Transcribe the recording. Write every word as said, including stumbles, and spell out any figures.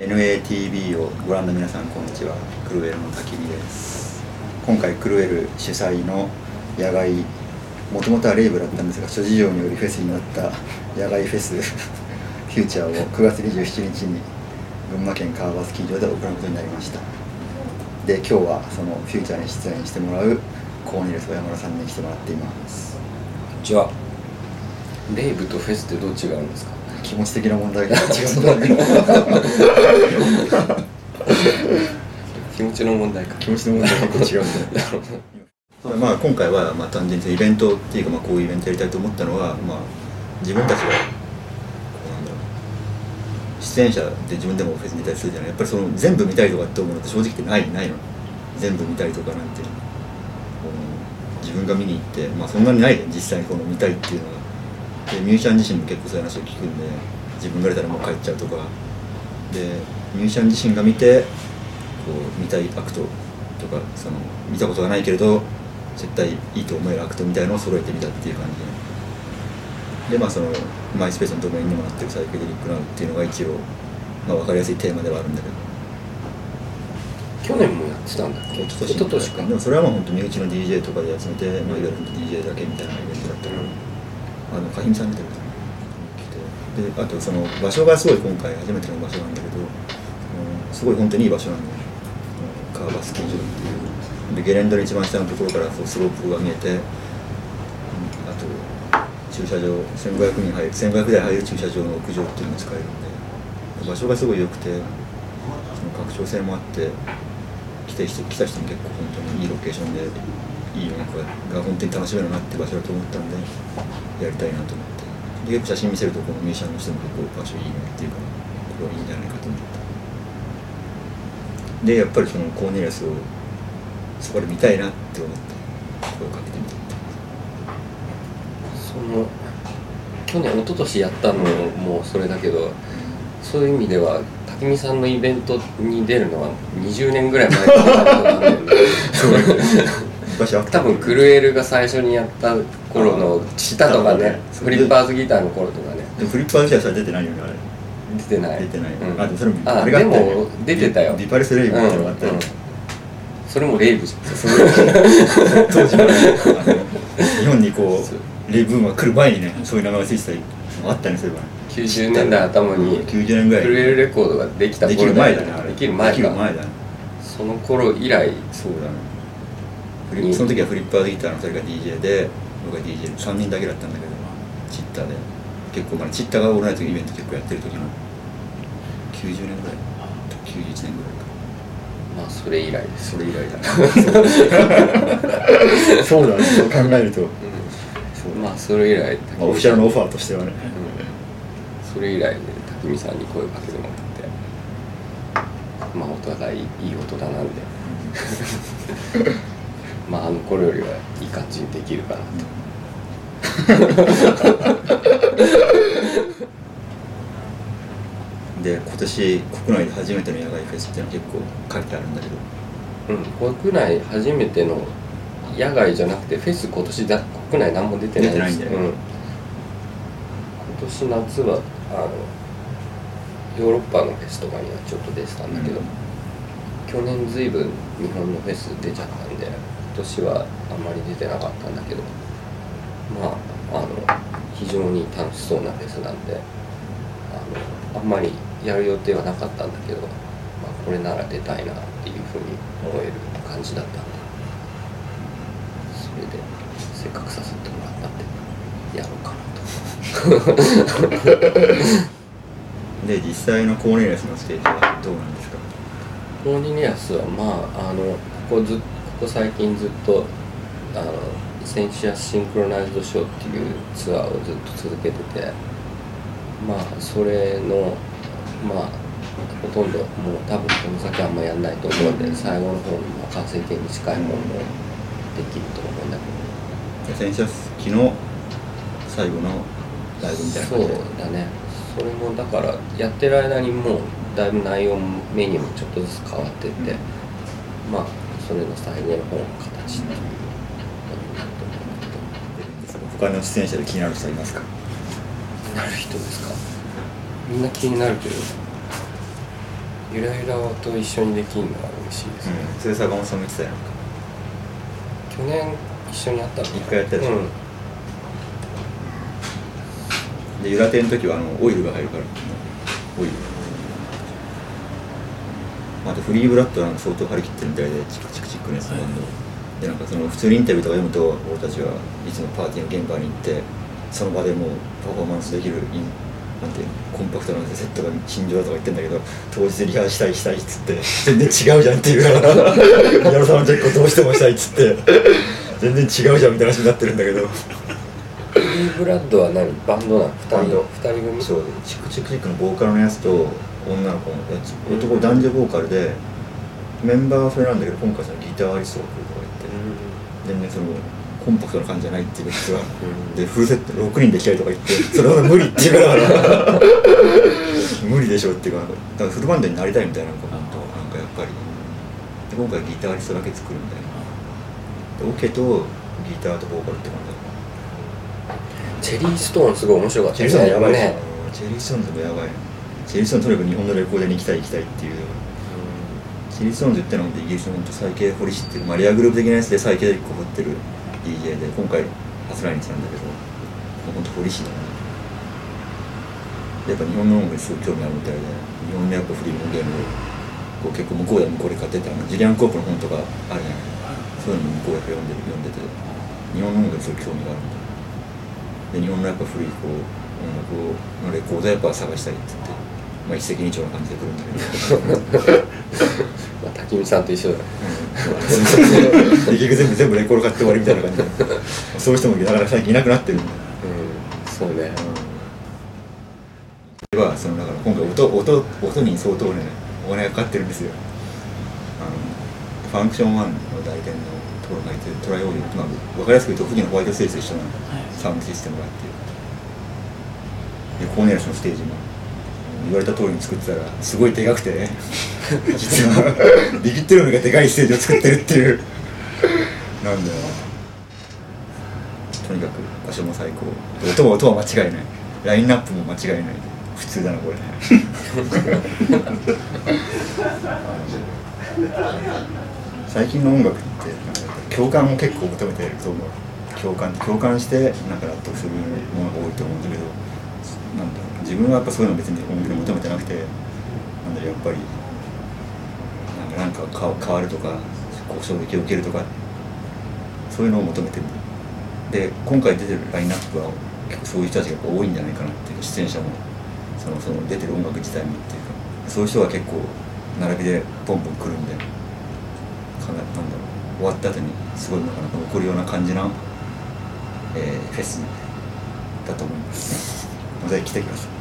エヌエーティービー をご覧の皆さん、こんにちは。クルエルの焚き火です。今回クルエル主催の野外、もともとはレイブだったんですが、諸事情によりフェスになった野外フェスフューチャーをくがつにじゅうしちにちに群馬県川場スキー場で行うことになりました。で、今日はそのフューチャーに出演してもらうコーネリアス小山田さんに来てもらっています。 こんにちは。レイブとフェスってどう違うんですか？ 気持ち的な問題が違うんだね気持ちの問題か。 気持ちの問題が結構違うんだよまあ今回はまあ単純にイベントっていうか、まあこういうイベントやりたいと思ったのは、まあ自分たちがこうなんだろう、出演者で自分でもフェス見たりするじゃない。やっぱりその全部見たいとかって思うのって正直ってないないの。全部見たいとかなんていうの、自分が見に行って、まあそんなにないで実際にこの見たいっていうのが。でミュージシャン自身も結構そういう話を聞くんで、自分が出たらもう帰っちゃうとかで、ミュージシャン自身が見てこう見たいアクトとか、その見たことがないけれど絶対いいと思えるアクトみたいのを揃えてみたっていう感じで、でまあそのマイスペースのドメインにもなってるサイケデリックナウっていうのが一応、まあ、分かりやすいテーマではあるんだけど、 去年もやってたんだっけ？ 一昨年か。でもそれはまあ本当身内の ディージェー とかで集めて、まあ、いわゆる ディージェー だけみたいなイベントだったから、あのカヒミさんみたいな人来て、であとその場所がすごい今回初めての場所なんだけど、すごい本当にいい場所なんだよ。川場スキー場っていうで、ゲレンドの一番下のところからそうスロープが見えて、あと駐車場せんごひゃくにん入るせんごひゃくだい入る駐車場の屋上っていうのも使えるんで、場所がすごい良くて、その拡張性もあって来た人来た人も結構本当にいいロケーションでいい音楽が本当に楽しめるなって場所だと思ったんでやりたいなと思って、でよく写真見せるとこのミュージシャンの人も結構場所いいねっていうか、これはいいんじゃないかと思って、でやっぱりそのコーネリアスをそこで見たいなって思って声をかけてみた。 その去年一昨年やったのもそれだけど、そういう意味では滝見さんのイベントに出るのはにじゅうねんぐらい前からなんだよね多分クルエルが最初にやった頃の下とかね、フリッパーズギターの頃とかね。 でフリッパーズギターは出てないよね、あれ。 出てない。 出てない。 うん、 あ、でもそれもあれがあって、でも出てたよ。 ディパレスレイブってのがあったよ、うんうん。 それもレイブじゃん。 当時はね、日本にこうレイブブームが来る前にね、そういう名前がついてたのあったね、そういえばね。 きゅうじゅうねんだい頭にきゅうじゅうねんぐらいクルエルレコードができた頃だよね。できる前だね。 できる前だね。 その頃以来。 そうだね。その時はフリッパーギターのふたりが ディージェー で、僕が ディージェー さんにんだけだったんだけど、チッターで結構まだチッターがオールナイトイベント結構やってる時のきゅうじゅうねんぐらい、きゅうじゅういちねんぐらいか。 まあそれ以来です。 それ以来だそうだね、そう考えると、うん、 まあそれ以来、 まあ、オフィシャルのオファーとしてはね、うん、 それ以来で滝見さんに声をかけてもらって、まあお互いいい音だなんでまああの頃よりはいい感じにできるかなとで、今年国内で初めての野外フェスっていうのは結構書いてあるんだけど、うん、国内初めての野外じゃなくてフェス、今年だ国内何も出てないんですよ、ね、うん、今年夏はあのヨーロッパのフェスとかにはちょっと出てたんだけど、うん、去年ずいぶん日本のフェス出ちゃったんで今年はあんまり出てなかったんだけど、まああの非常に楽しそうなフェスなんで、あのあんまりやる予定はなかったんだけど、まあ、これなら出たいなっていうふうに思える感じだったんで、それでせっかく誘ってもらったんでやろうかなとで、実際のコーネリアスのステージはどうなんですか？ コーネリアスはまああのここずここ最近ずっとあのセンシアスシンクロナイズドショーっていうツアーをずっと続けてて、まあそれのまあほとんどもう多分この先あんまやんないと思うんで、最後の方にまあ完成形に近いものもできると思うんだけど、 センシャス期の最後のライブみたいな感じで。 そうだね。それもだからやってる間にもうだいぶ内容もメニューもちょっとずつ変わってって、うん、まあそれの最後の方の形っていう他の出演者で気になる人いますか？ 気になる人ですか？みんな気になるけど、 ゆらゆらと一緒にできるのは嬉しいですね、 うん、それ坂本さんも言ってたよ。 去年一緒にやったの一回やったでしょ、 うんでゆら亭の時はあのオイルが入るからオイル、あとフリーブラッドは相当張り切ってるみたいでチクチクチクのやつなんで、でなんかその普通にインタビューとか読むと俺たちはいつもパーティーの現場に行ってその場でもうパフォーマンスできるインなんていうのコンパクトなセットが心情だとか言ってんだけど、当日リハしたいしたいっつって全然違うじゃんっていうから矢野さんのチェックをどうしてもしたいっつって全然違うじゃんみたいな話になってるんだけど、 フリーブラッドは何バンドなのふたりふたり組。 そうチクチクチクのボーカルのやつと女の子のやつ、男男女ボーカルでメンバーはそれなんだけど今回そのギターリストが来るとか言って、全然そのコンパクトな感じじゃないっていう実は、うん、でフルセットろくにんできたりとか言ってそれは無理っていうから無理でしょっていうか、だからフルバンドになりたいみたいなのが本当なんかやっぱりで今回ギターリストだけ作るみたいなでオケとギターとボーカルって感じだ。 チェリーストーンすごい面白かったチェリーストーンやばいね。チェリーストーンズもやばい。チェリーストーンとにかく日本のレコードに行きたい行きたいっていう、うん、チェリーストーンズってのはイギリスのサイケホリシっていうマリアグループ的なやつでサイケデリックを掘ってる ディージェー で今回初来日なんだけどもうほんとホリシだね。やっぱ日本の音楽にすごい興味あるみたいで、日本のやっぱフリーのゲームを結構向こうで向こうで買ってて、あのジュリアン・コープの本とかあるじゃない、そういうのも向こうやっぱ読んでる読んでて日本の音楽にすごい興味があるみたいで、日本のやっぱ古いこう音楽のレコードやっぱ探したいって言って、まあ、一石二鳥な感じで来るんだけどまあ滝見さんと一緒だね、 うん、結局全部全部レコード買って終わりみたいな感じでそういう人もなかなか最近いなくなってるんだよ、 うん、そうね、 うん、ではそのだから今回音音音に相当ねお金がかかってるんですよ。あのファンクションワンの代理店のところがいてトライオーディオ、まあ、分かりやすく言うと富士のホワイトステージと一緒なの、サウンドシステムがあってでコーネルションステージも言われた通りに作ってたらすごいでかくてね実はビビってるのがでかいステージを作ってるっていうなんだよとにかく場所も最高、音も音は間違いない、ラインナップも間違いない、普通だなこれ最近の音楽って共感を結構求めていると思う。共感共感してなんか納得するものが多いと思うんだけど、なんだろう自分はやっぱそういうの別に音楽で求めてなくて、なんだろうやっぱりなんかなんか変わるとかこう衝撃を受けるとかそういうのを求めてる。で今回出てるラインナップは結構そういう人たちがやっぱ多いんじゃないかなっていう、出演者もそのその出てる音楽自体もっていうか、そういう人が結構並びでポンポン来るんで、かななんだろう終わった後にすごいなかなか残るような感じな、えー、フェスだと思います。ぜひ来てください。